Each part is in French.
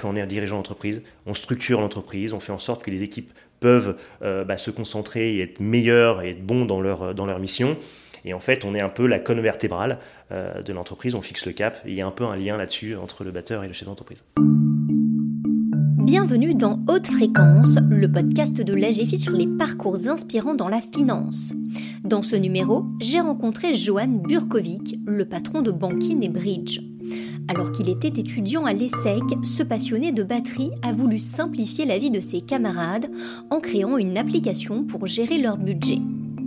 quand on est un dirigeant d'entreprise, on structure l'entreprise, on fait en sorte que les équipes peuvent se concentrer et être meilleures et être bons dans leur mission. Et en fait, on est un peu la colonne vertébrale de l'entreprise, on fixe le cap. Et il y a un peu un lien là-dessus entre le batteur et le chef d'entreprise. Bienvenue dans Haute Fréquence, le podcast de l'AGFI sur les parcours inspirants dans la finance. Dans ce numéro, j'ai rencontré Johan Burkovic, le patron de Bankin et Bridge. Alors qu'il était étudiant à l'ESSEC, ce passionné de batterie a voulu simplifier la vie de ses camarades en créant une application pour gérer leur budget.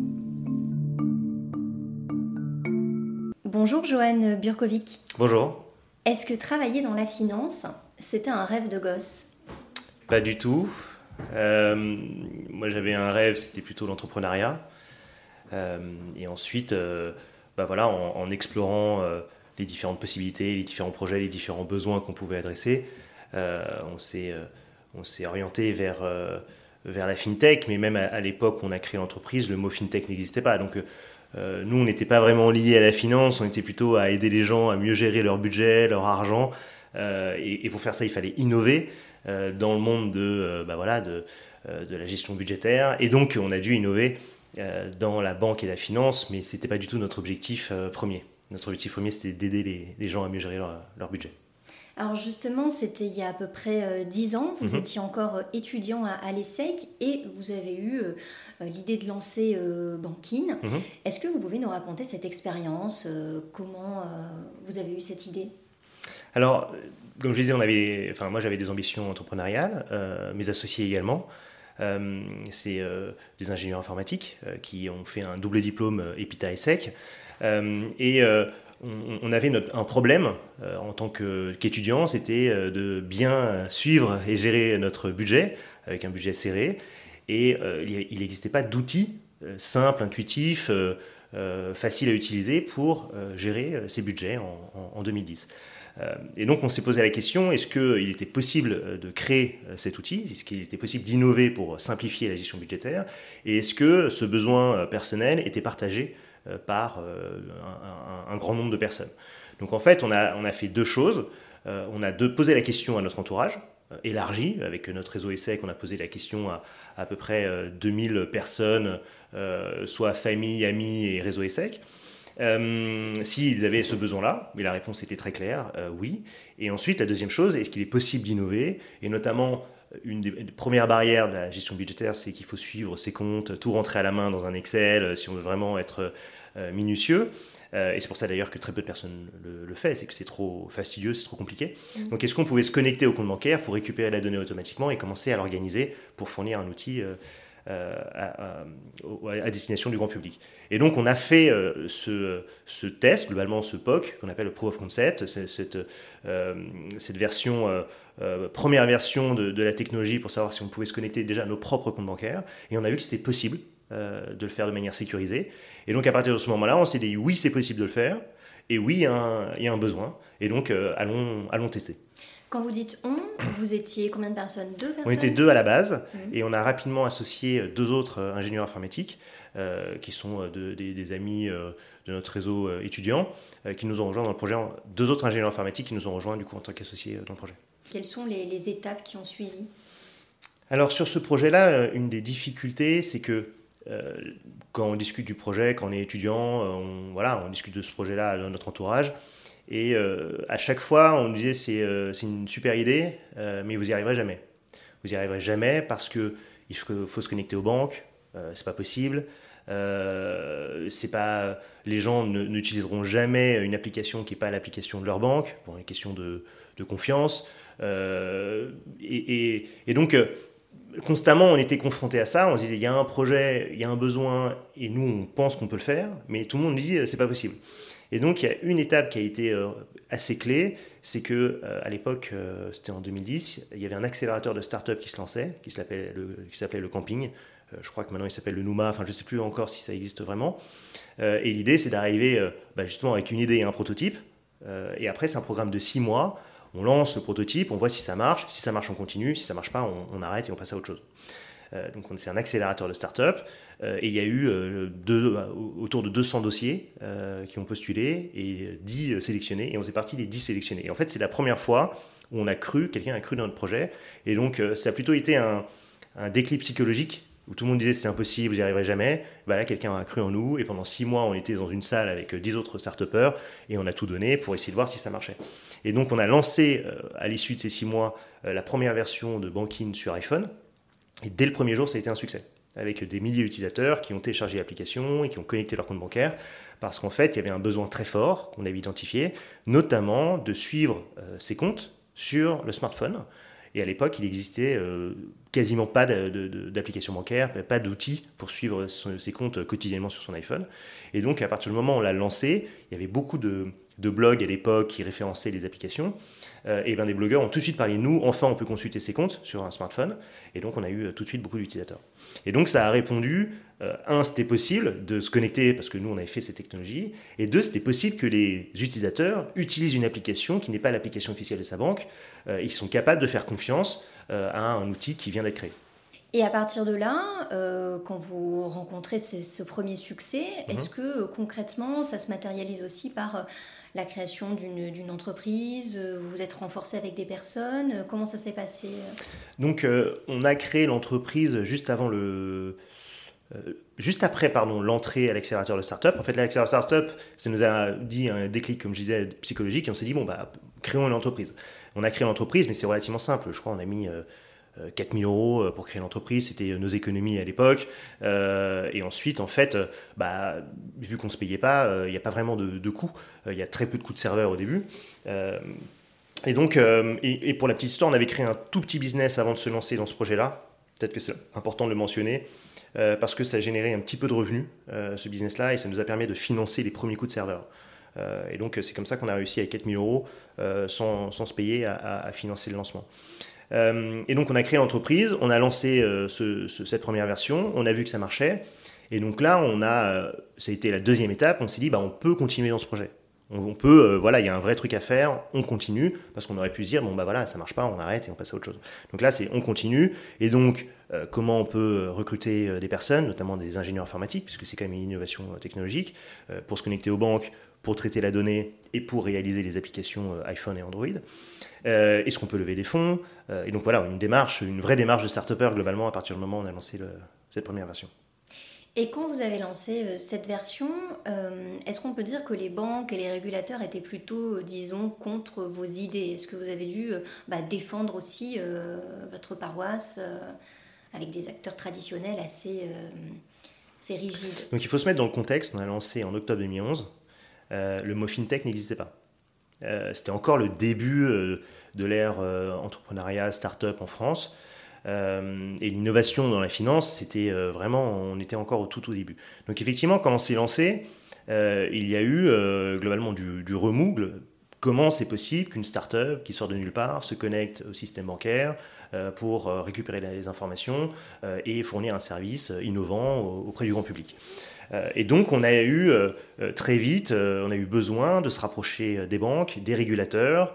Bonjour Johan Burkovic. Bonjour. Est-ce que travailler dans la finance, c'était un rêve de gosse ? Pas du tout. Moi j'avais un rêve, c'était plutôt l'entrepreneuriat. Et ensuite, en explorant les différentes possibilités, les différents projets, les différents besoins qu'on pouvait adresser, on s'est orienté vers la fintech, mais même à l'époque où on a créé l'entreprise, le mot fintech n'existait pas. Donc nous, on n'était pas vraiment liés à la finance, on était plutôt à aider les gens à mieux gérer leur budget, leur argent. Et pour faire ça, il fallait innover dans le monde de la gestion budgétaire. Et donc, on a dû innover dans la banque et la finance, mais ce n'était pas du tout notre objectif premier. Notre objectif premier, c'était d'aider les gens à mieux gérer leur budget. Alors justement, c'était il y a à peu près 10 ans, vous étiez encore étudiant à l'ESSEC et vous avez eu l'idée de lancer Bankin. Est-ce que vous pouvez nous raconter cette expérience, comment vous avez eu cette idée ? Alors, comme je disais, moi j'avais des ambitions entrepreneuriales, mes associés également. C'est des ingénieurs informatiques qui ont fait un double diplôme EPITA-ESSEC. On avait un problème en tant qu'étudiants, c'était de bien suivre et gérer notre budget avec un budget serré. Et il n'existait pas d'outils simples, intuitifs, faciles à utiliser pour gérer ces budgets en 2010. Et donc on s'est posé la question, est-ce qu'il était possible de créer cet outil ? Est-ce qu'il était possible d'innover pour simplifier la gestion budgétaire ? Et est-ce que ce besoin personnel était partagé par un grand nombre de personnes ? Donc en fait, on a fait deux choses. On a posé la question à notre entourage, élargi. Avec notre réseau ESSEC, on a posé la question à peu près 2000 personnes, soit famille, amis et réseau ESSEC. S'ils avaient ce besoin-là, mais la réponse était très claire, oui. Et ensuite, la deuxième chose, est-ce qu'il est possible d'innover ? Et notamment, une des premières barrières de la gestion budgétaire, c'est qu'il faut suivre ses comptes, tout rentrer à la main dans un Excel, si on veut vraiment être minutieux. Et c'est pour ça d'ailleurs que très peu de personnes le font, c'est que c'est trop fastidieux, c'est trop compliqué. Donc est-ce qu'on pouvait se connecter au compte bancaire pour récupérer la donnée automatiquement et commencer à l'organiser pour fournir un outil à destination du grand public. Et donc on a fait ce test, globalement ce POC, qu'on appelle le Proof of Concept, cette version, première version de la technologie pour savoir si on pouvait se connecter déjà à nos propres comptes bancaires. Et on a vu que c'était possible de le faire de manière sécurisée. Et donc à partir de ce moment-là, on s'est dit oui, c'est possible de le faire, et oui, il y a un besoin. Et donc allons tester. Quand vous dites on, vous étiez combien de personnes ? 2 personnes ? On était 2 à la base, et on a rapidement associé 2 autres ingénieurs informatiques qui sont des amis de notre réseau étudiant qui nous ont rejoints dans le projet. 2 autres ingénieurs informatiques qui nous ont rejoints du coup en tant qu'associés dans le projet. Quelles sont les étapes qui ont suivi ? Alors sur ce projet-là, une des difficultés, c'est que quand on discute du projet, quand on est étudiant, on discute de ce projet-là dans notre entourage. Et à chaque fois, on nous disait c'est une super idée, mais vous n'y arriverez jamais. Vous n'y arriverez jamais parce qu'il faut se connecter aux banques, c'est pas possible. Les gens n'utiliseront jamais une application qui n'est pas l'application de leur banque pour une question de confiance. Et donc, constamment, on était confronté à ça. On se disait il y a un projet, il y a un besoin, et nous, on pense qu'on peut le faire, mais tout le monde nous dit c'est pas possible. Et donc, il y a une étape qui a été assez clé, c'est que à l'époque, c'était en 2010, il y avait un accélérateur de start-up qui se lançait, qui s'appelait le Camping. Je crois que maintenant, il s'appelle le Nouma. Enfin, je ne sais plus encore si ça existe vraiment. Et l'idée, c'est d'arriver justement avec une idée et un prototype. Et après, c'est un programme de 6 mois. On lance le prototype, on voit si ça marche. Si ça marche, on continue. Si ça ne marche pas, on arrête et on passe à autre chose. Donc c'est un accélérateur de start-up et il y a eu autour de 200 dossiers qui ont postulé et 10 sélectionnés, et on faisait partie des 10 sélectionnés. Et en fait, c'est la première fois où quelqu'un a cru dans notre projet. Et donc, ça a plutôt été un déclic psychologique, où tout le monde disait c'est impossible, vous n'y arriverez jamais. Là, quelqu'un a cru en nous, et pendant 6 mois, on était dans une salle avec 10 autres start-upers, et on a tout donné pour essayer de voir si ça marchait. Et donc, on a lancé, à l'issue de ces 6 mois, la première version de Bankin sur iPhone, et dès le premier jour, ça a été un succès, avec des milliers d'utilisateurs qui ont téléchargé l'application et qui ont connecté leur compte bancaire, parce qu'en fait, il y avait un besoin très fort qu'on avait identifié, notamment de suivre ses comptes sur le smartphone. Et à l'époque, il n'existait quasiment pas d'application bancaire, pas d'outils pour suivre ses comptes quotidiennement sur son iPhone. Et donc, à partir du moment où on l'a lancé, il y avait beaucoup de blogs à l'époque qui référençaient les applications. Et des blogueurs ont tout de suite parlé de nous. Enfin, on peut consulter ses comptes sur un smartphone. Et donc, on a eu tout de suite beaucoup d'utilisateurs. Et donc, ça a répondu. C'était possible de se connecter parce que nous, on avait fait ces technologies. Et 2, c'était possible que les utilisateurs utilisent une application qui n'est pas l'application officielle de sa banque. Ils sont capables de faire confiance à un outil qui vient d'être créé. Et à partir de là, quand vous rencontrez ce premier succès, est-ce que concrètement, ça se matérialise aussi par la création d'une entreprise? Vous vous êtes renforcé avec des personnes? Comment ça s'est passé? Donc, on a créé l'entreprise juste après l'entrée à l'accélérateur de start-up. En fait, l'accélérateur start-up, ça nous a dit un déclic, comme je disais, psychologique, et on s'est dit, créons une entreprise. On a créé l'entreprise, mais c'est relativement simple. Je crois qu'on a mis 4 000 euros pour créer l'entreprise, c'était nos économies à l'époque. Et ensuite, en fait, vu qu'on ne se payait pas, il n'y a pas vraiment de coûts. Il y a très peu de coûts de serveur au début. Et donc, et pour la petite histoire, on avait créé un tout petit business avant de se lancer dans ce projet-là. Peut-être que c'est important de le mentionner, parce que ça a généré un petit peu de revenus, ce business-là, et ça nous a permis de financer les premiers coûts de serveur. Et donc, c'est comme ça qu'on a réussi avec 4 000 euros sans se payer à financer le lancement. Et donc, on a créé l'entreprise, on a lancé cette première version, on a vu que ça marchait. Et donc là, ça a été la deuxième étape, on s'est dit, on peut continuer dans ce projet. On peut, il y a un vrai truc à faire, on continue, parce qu'on aurait pu se dire, ça marche pas, on arrête et on passe à autre chose. Donc là, on continue. Et donc, comment on peut recruter des personnes, notamment des ingénieurs informatiques, puisque c'est quand même une innovation technologique, pour se connecter aux banques, pour traiter la donnée et pour réaliser les applications iPhone et Android. Est-ce qu'on peut lever des fonds? Et donc voilà, une vraie démarche de start-upper globalement à partir du moment où on a lancé cette première version. Et quand vous avez lancé cette version, est-ce qu'on peut dire que les banques et les régulateurs étaient plutôt, disons, contre vos idées? Est-ce que vous avez dû défendre aussi votre paroisse avec des acteurs traditionnels assez rigides? Donc il faut se mettre dans le contexte. On a lancé en octobre 2011. Le mot FinTech n'existait pas. C'était encore le début de l'ère entrepreneuriat, start-up en France. Et l'innovation dans la finance, c'était on était encore au tout début. Donc effectivement, quand on s'est lancé, il y a eu globalement du remous. Comment c'est possible qu'une start-up qui sort de nulle part se connecte au système bancaire pour récupérer les informations et fournir un service innovant auprès du grand public? Et donc on a eu très vite, on a eu besoin de se rapprocher des banques, des régulateurs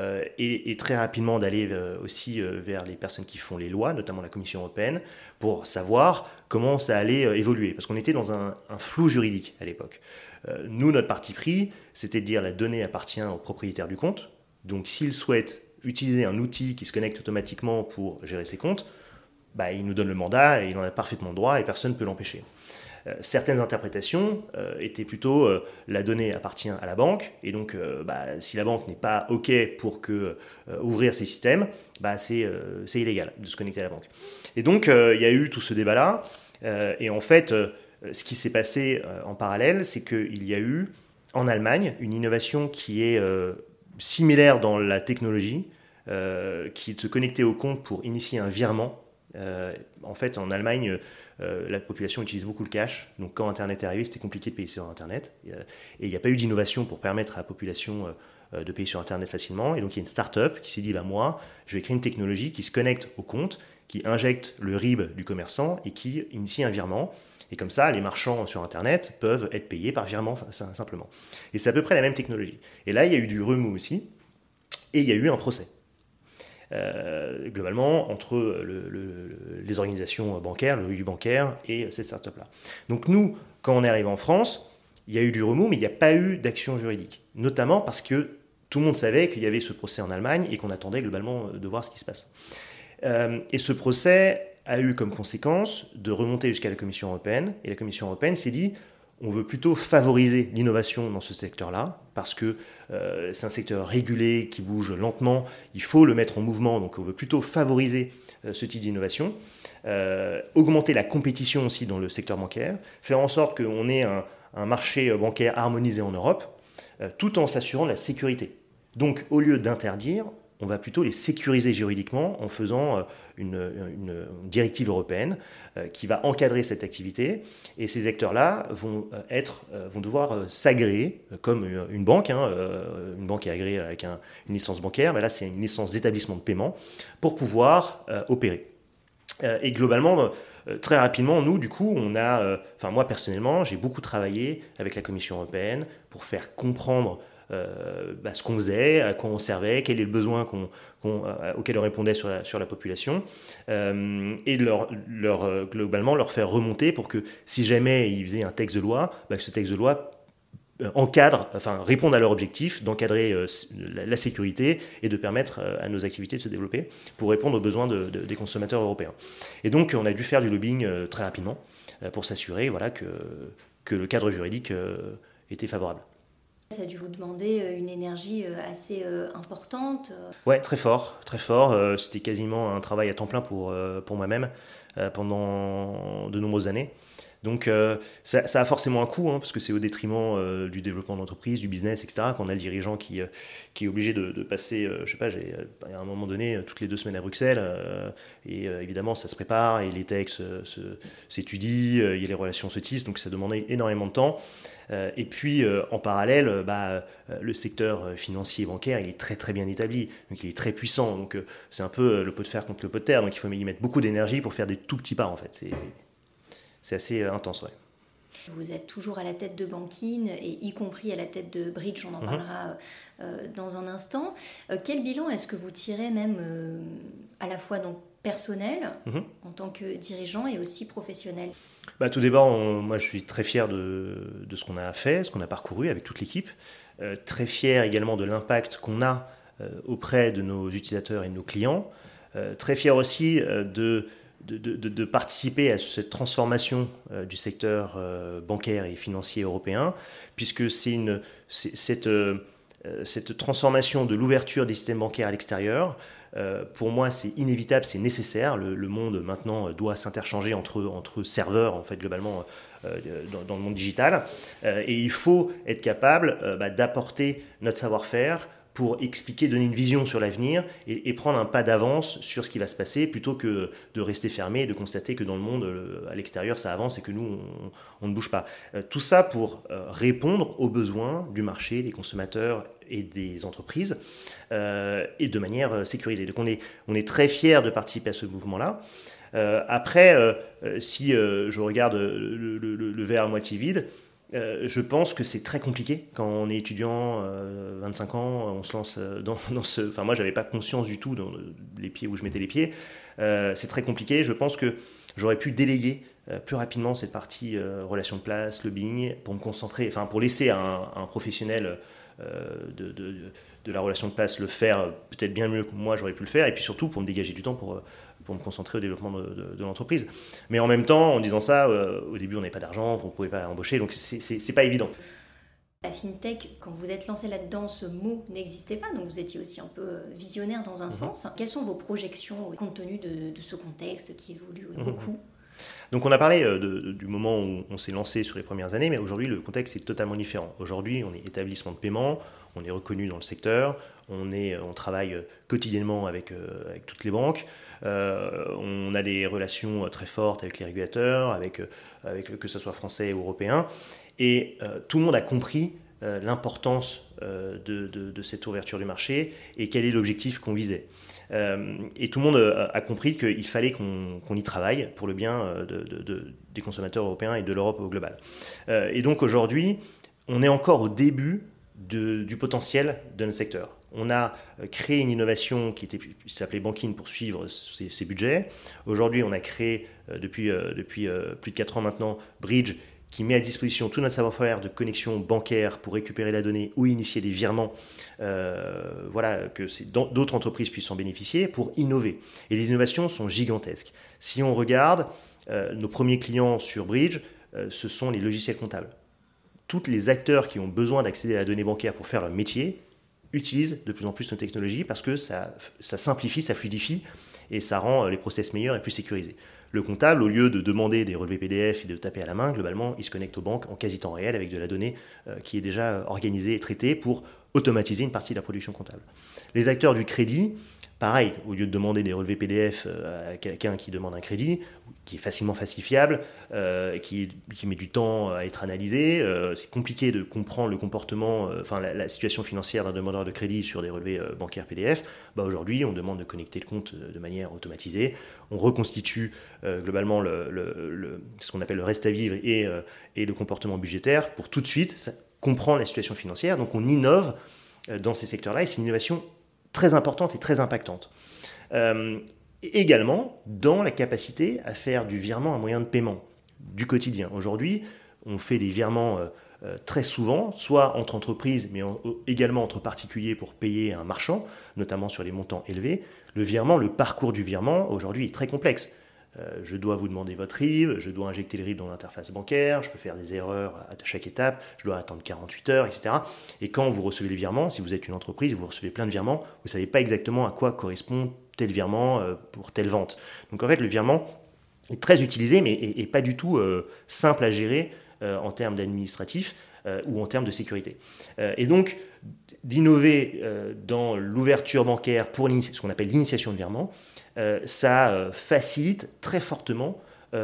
et très rapidement d'aller aussi vers les personnes qui font les lois, notamment la Commission européenne, pour savoir comment ça allait évoluer. Parce qu'on était dans un flou juridique à l'époque. Nous, notre parti pris, c'était de dire la donnée appartient au propriétaire du compte. Donc s'il souhaite utiliser un outil qui se connecte automatiquement pour gérer ses comptes, il nous donne le mandat et il en a parfaitement le droit et personne ne peut l'empêcher. Certaines interprétations étaient plutôt la donnée appartient à la banque et donc si la banque n'est pas OK pour ouvrir ses systèmes, c'est illégal de se connecter à la banque. Et donc il y a eu tout ce débat-là et en fait ce qui s'est passé en parallèle, c'est qu'il y a eu en Allemagne une innovation qui est similaire dans la technologie, qui est de se connecter au compte pour initier un virement. En fait, en Allemagne, la population utilise beaucoup le cash. Donc, quand Internet est arrivé, c'était compliqué de payer sur Internet. Et il n'y a pas eu d'innovation pour permettre à la population de payer sur Internet facilement. Et donc, il y a une start-up qui s'est dit, moi, je vais créer une technologie qui se connecte au compte, qui injecte le RIB du commerçant et qui initie un virement. Et comme ça, les marchands sur Internet peuvent être payés par virement simplement. Et c'est à peu près la même technologie. Et là, il y a eu du remous aussi. Et il y a eu un procès. Globalement entre les organisations bancaires, le régime bancaire et ces startups-là. Donc nous, quand on est arrivé en France, il y a eu du remous, mais il n'y a pas eu d'action juridique. Notamment parce que tout le monde savait qu'il y avait ce procès en Allemagne et qu'on attendait globalement de voir ce qui se passe. Et ce procès a eu comme conséquence de remonter jusqu'à la Commission européenne. Et la Commission européenne s'est dit, on veut plutôt favoriser l'innovation dans ce secteur-là, parce que c'est un secteur régulé, qui bouge lentement, il faut le mettre en mouvement, donc on veut plutôt favoriser ce type d'innovation, augmenter la compétition aussi dans le secteur bancaire, faire en sorte qu'on ait un marché bancaire harmonisé en Europe, tout en s'assurant de la sécurité. Donc au lieu d'interdire, on va plutôt les sécuriser juridiquement en faisant une directive européenne qui va encadrer cette activité. Et ces acteurs-là vont devoir s'agréer comme une banque. Une banque est agréée avec une licence bancaire, mais là c'est une licence d'établissement de paiement pour pouvoir opérer. Et globalement, très rapidement, nous, du coup, moi personnellement, j'ai beaucoup travaillé avec la Commission européenne pour faire comprendre ce qu'on faisait, à quoi on servait, quel est le besoin auquel on répondait sur la population, et globalement leur faire remonter pour que si jamais ils faisaient un texte de loi, que ce texte de loi réponde à leur objectif d'encadrer la sécurité et de permettre à nos activités de se développer pour répondre aux besoins des consommateurs européens. Et donc on a dû faire du lobbying très rapidement pour s'assurer que le cadre juridique était favorable. Ça a dû vous demander une énergie assez importante. Ouais, très fort, très fort. C'était quasiment un travail à temps plein pour moi-même pendant de nombreuses années. Donc ça a forcément un coût, parce que c'est au détriment du développement de l'entreprise, du business, etc. Quand on a le dirigeant qui est obligé de passer, à un moment donné, toutes les 2 semaines à Bruxelles. Et évidemment, ça se prépare, et les textes s'étudient, les relations se tissent, donc ça demandait énormément de temps. Et puis, en parallèle, le secteur financier et bancaire, il est très très bien établi, donc il est très puissant. Donc c'est un peu le pot de fer contre le pot de terre, donc il faut y mettre beaucoup d'énergie pour faire des tout petits pas, en fait. C'est assez intense, ouais. Vous êtes toujours à la tête de Bankin, et y compris à la tête de Bridge, on en parlera dans un instant. Quel bilan est-ce que vous tirez même à la fois donc personnel, en tant que dirigeant, et aussi professionnel? Tout d'abord, moi je suis très fier de ce qu'on a fait, ce qu'on a parcouru avec toute l'équipe. Très fier également de l'impact qu'on a auprès de nos utilisateurs et de nos clients. Très fier aussi de participer à cette transformation du secteur bancaire et financier européen, puisque cette transformation de l'ouverture des systèmes bancaires à l'extérieur, pour moi c'est inévitable, c'est nécessaire. Le monde maintenant doit s'interchanger entre serveurs, en fait, globalement, dans le monde digital, et il faut être capable d'apporter notre savoir-faire pour expliquer, donner une vision sur l'avenir et prendre un pas d'avance sur ce qui va se passer, plutôt que de rester fermé et de constater que dans le monde, à l'extérieur, ça avance et que nous, on ne bouge pas. Tout ça pour répondre aux besoins du marché, des consommateurs et des entreprises, et de manière sécurisée. Donc on est très fiers de participer à ce mouvement-là. Après, si je regarde le verre à moitié vide, je pense que c'est très compliqué quand on est étudiant, 25 ans, on se lance dans ce... Enfin, moi, je n'avais pas conscience du tout dans les pieds où je mettais les pieds. C'est très compliqué. Je pense que j'aurais pu déléguer plus rapidement cette partie relations de place, lobbying, pour me concentrer, pour laisser un professionnel de la relation de place le faire peut-être bien mieux que moi j'aurais pu le faire, et puis surtout pour me dégager du temps pour me concentrer au développement de l'entreprise. Mais en même temps, en disant ça, au début on n'avait pas d'argent, on ne pouvait pas embaucher, donc c'est pas évident. La FinTech, quand vous êtes lancé là-dedans, ce mot n'existait pas, donc vous étiez aussi un peu visionnaire dans un sens. Quelles sont vos projections compte tenu de ce contexte qui évolue beaucoup? Donc on a parlé du moment où on s'est lancé sur les premières années, mais aujourd'hui le contexte est totalement différent. Aujourd'hui on est établissement de paiement, on est reconnu dans le secteur, on travaille quotidiennement avec toutes les banques, on a des relations très fortes avec les régulateurs, avec que ce soit français ou européen, et tout le monde a compris l'importance de cette ouverture du marché et quel est l'objectif qu'on visait. Et tout le monde a compris qu'il fallait qu'on y travaille pour le bien des consommateurs européens et de l'Europe au global. Et donc aujourd'hui, on est encore au début du potentiel de notre secteur. On a créé une innovation qui s'appelait Bankin pour suivre ses budgets. Aujourd'hui, on a créé depuis plus de 4 ans maintenant Bridge, qui met à disposition tout notre savoir-faire de connexion bancaire pour récupérer la donnée ou initier des virements, que d'autres entreprises puissent en bénéficier pour innover. Et les innovations sont gigantesques. Si on regarde, nos premiers clients sur Bridge, ce sont les logiciels comptables. Tous les acteurs qui ont besoin d'accéder à la donnée bancaire pour faire leur métier utilisent de plus en plus nos technologies parce que ça simplifie, ça fluidifie et ça rend les process meilleurs et plus sécurisés. Le comptable, au lieu de demander des relevés PDF et de taper à la main, globalement, il se connecte aux banques en quasi-temps réel avec de la donnée qui est déjà organisée et traitée pour automatiser une partie de la production comptable. Les acteurs du crédit, pareil, au lieu de demander des relevés PDF à quelqu'un qui demande un crédit, qui est facilement falsifiable, qui met du temps à être analysé, c'est compliqué de comprendre le comportement, la situation financière d'un demandeur de crédit sur des relevés bancaires PDF. Aujourd'hui, on demande de connecter le compte de manière automatisée. On reconstitue globalement ce qu'on appelle le reste à vivre et le comportement budgétaire pour tout de suite comprendre la situation financière. Donc on innove dans ces secteurs-là et c'est une innovation très importante et très impactante. Également dans la capacité à faire du virement un moyen de paiement du quotidien. Aujourd'hui, on fait des virements très souvent, soit entre entreprises, mais également entre particuliers pour payer un marchand, notamment sur les montants élevés. Le parcours du virement, aujourd'hui, est très complexe. Je dois vous demander votre RIB, je dois injecter le RIB dans l'interface bancaire, je peux faire des erreurs à chaque étape, je dois attendre 48 heures, etc. Et quand vous recevez le virement, si vous êtes une entreprise et vous recevez plein de virements, vous ne savez pas exactement à quoi correspond tel virement pour telle vente. Donc en fait, le virement est très utilisé, mais est pas du tout simple à gérer en termes d'administratif ou en termes de sécurité. Et donc, d'innover dans l'ouverture bancaire pour ce qu'on appelle l'initiation de virement, ça facilite très fortement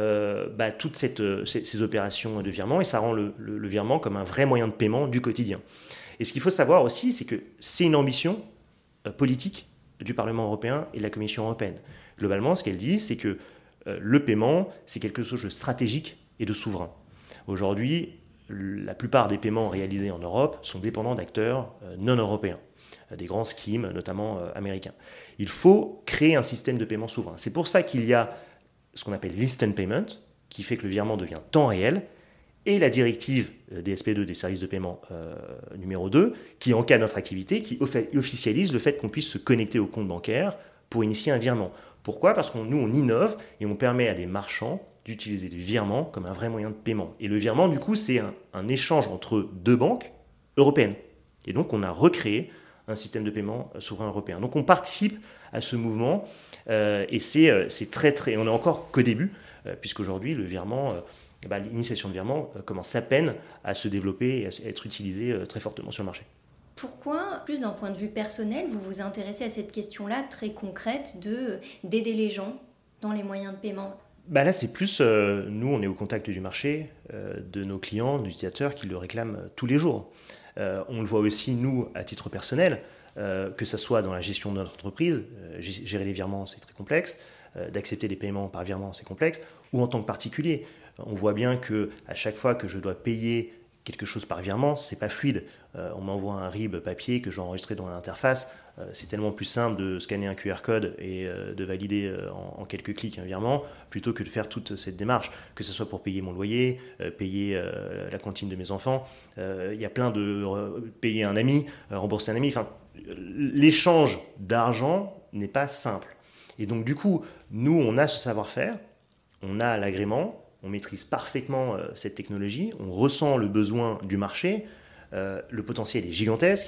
toutes ces opérations de virement et ça rend le virement comme un vrai moyen de paiement du quotidien. Et ce qu'il faut savoir aussi, c'est que c'est une ambition politique du Parlement européen et de la Commission européenne. Globalement, ce qu'elle dit, c'est que le paiement, c'est quelque chose de stratégique et de souverain. Aujourd'hui, la plupart des paiements réalisés en Europe sont dépendants d'acteurs non européens, des grands schemes, notamment américains. Il faut créer un système de paiement souverain. C'est pour ça qu'il y a ce qu'on appelle l'instant payment, qui fait que le virement devient temps réel, et la directive DSP2 des services de paiement numéro 2, qui encadre notre activité, qui officialise le fait qu'on puisse se connecter au compte bancaire pour initier un virement. Pourquoi ? Parce que nous, on innove et on permet à des marchands d'utiliser le virement comme un vrai moyen de paiement. Et le virement, du coup, c'est un échange entre deux banques européennes. Et donc, on a recréé un système de paiement souverain européen. Donc, on participe à ce mouvement et c'est très, très... On n'est encore qu'au début, puisqu'aujourd'hui, le virement... l'initiation de virement commence à peine à se développer et à être utilisée très fortement sur le marché. Pourquoi, plus d'un point de vue personnel, vous vous intéressez à cette question-là très concrète d'aider les gens dans les moyens de paiement ? Là, c'est plus, nous, on est au contact du marché, de nos clients, des utilisateurs qui le réclament tous les jours. On le voit aussi, nous, à titre personnel, que ce soit dans la gestion de notre entreprise, gérer les virements, c'est très complexe, d'accepter des paiements par virement, c'est complexe, ou en tant que particulier. On voit bien qu'à chaque fois que je dois payer quelque chose par virement, c'est pas fluide. On m'envoie un RIB papier que je dois enregistrer dans l'interface. C'est tellement plus simple de scanner un QR code et de valider en quelques clics un virement plutôt que de faire toute cette démarche, que ce soit pour payer mon loyer, payer la cantine de mes enfants. Il y a plein de payer un ami, rembourser un ami. Enfin, l'échange d'argent n'est pas simple. Et donc du coup, nous, on a ce savoir-faire, on a l'agrément. On maîtrise parfaitement cette technologie, on ressent le besoin du marché, le potentiel est gigantesque,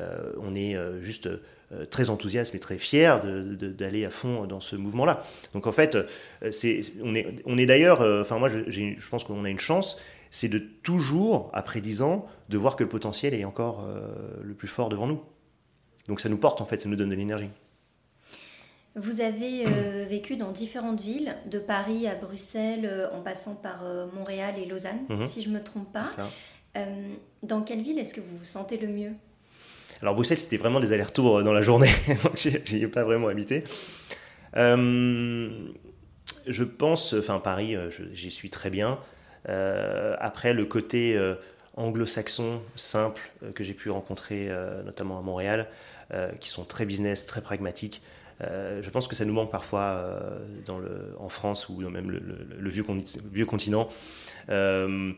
on est juste très enthousiaste et très fier d'aller à fond dans ce mouvement-là. Donc en fait, on est d'ailleurs, moi je pense qu'on a une chance, c'est de toujours, après 10 ans, de voir que le potentiel est encore le plus fort devant nous. Donc ça nous porte en fait, ça nous donne de l'énergie. Vous avez vécu dans différentes villes, de Paris à Bruxelles, en passant par Montréal et Lausanne, si je ne me trompe pas. C'est ça. Dans quelle ville est-ce que vous vous sentez le mieux ? Alors Bruxelles, c'était vraiment des allers-retours dans la journée, donc j'y ai pas vraiment habité. Je pense, Paris, j'y suis très bien. Après, le côté anglo-saxon, simple, que j'ai pu rencontrer, notamment à Montréal, qui sont très business, très pragmatiques, je pense que ça nous manque parfois en France ou même le vieux continent.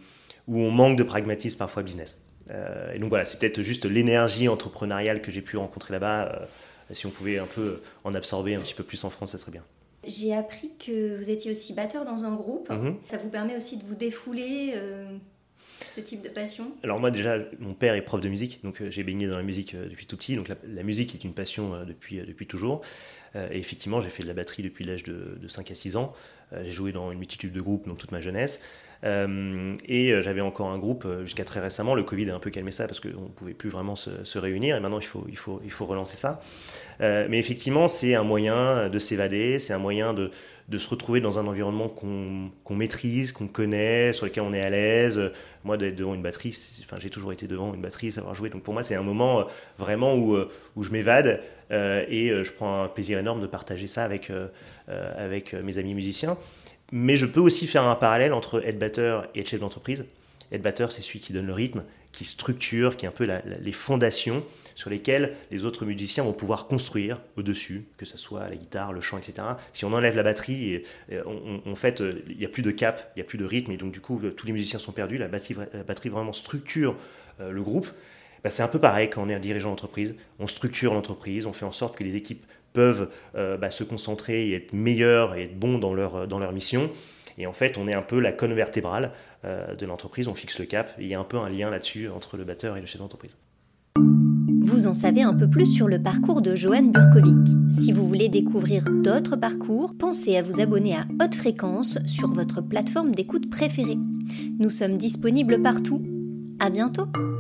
où on manque de pragmatisme parfois business. Et donc voilà, c'est peut-être juste l'énergie entrepreneuriale que j'ai pu rencontrer là-bas. Si on pouvait un peu en absorber un petit peu plus en France, ça serait bien. J'ai appris que vous étiez aussi batteur dans un groupe. Ça vous permet aussi de vous défouler ce type de passion? Alors moi déjà, mon père est prof de musique, donc j'ai baigné dans la musique depuis tout petit, donc la musique est une passion depuis toujours. Et effectivement, j'ai fait de la batterie depuis l'âge de 5 à 6 ans. J'ai joué dans une multitude de groupes, donc toute ma jeunesse. Et j'avais encore un groupe jusqu'à très récemment. Le Covid a un peu calmé ça parce qu'on ne pouvait plus vraiment se réunir, et maintenant il faut relancer ça. Mais effectivement, c'est un moyen de s'évader, c'est un moyen de se retrouver dans un environnement qu'on maîtrise, qu'on connaît, sur lequel on est à l'aise. Moi, d'être devant une batterie, j'ai toujours été devant une batterie, savoir jouer. Donc pour moi, c'est un moment vraiment où je m'évade et je prends un plaisir énorme de partager ça avec mes amis musiciens. Mais je peux aussi faire un parallèle entre être batteur et être chef d'entreprise. Être batteur, c'est celui qui donne le rythme, qui structure, qui est un peu les fondations sur lesquelles les autres musiciens vont pouvoir construire au-dessus, que ce soit la guitare, le chant, etc. Si on enlève la batterie, en fait, il n'y a plus de cap, il n'y a plus de rythme, et donc du coup, tous les musiciens sont perdus. La batterie vraiment structure le groupe. C'est un peu pareil quand on est un dirigeant d'entreprise. On structure l'entreprise, on fait en sorte que les équipes peuvent se concentrer et être meilleurs et être bons dans leur mission. Et en fait, on est un peu la colonne vertébrale de l'entreprise, on fixe le cap. Et il y a un peu un lien là-dessus entre le batteur et le chef d'entreprise. Vous en savez un peu plus sur le parcours de Johan Burkovic. Si vous voulez découvrir d'autres parcours, pensez à vous abonner à Haute Fréquence sur votre plateforme d'écoute préférée. Nous sommes disponibles partout. À bientôt!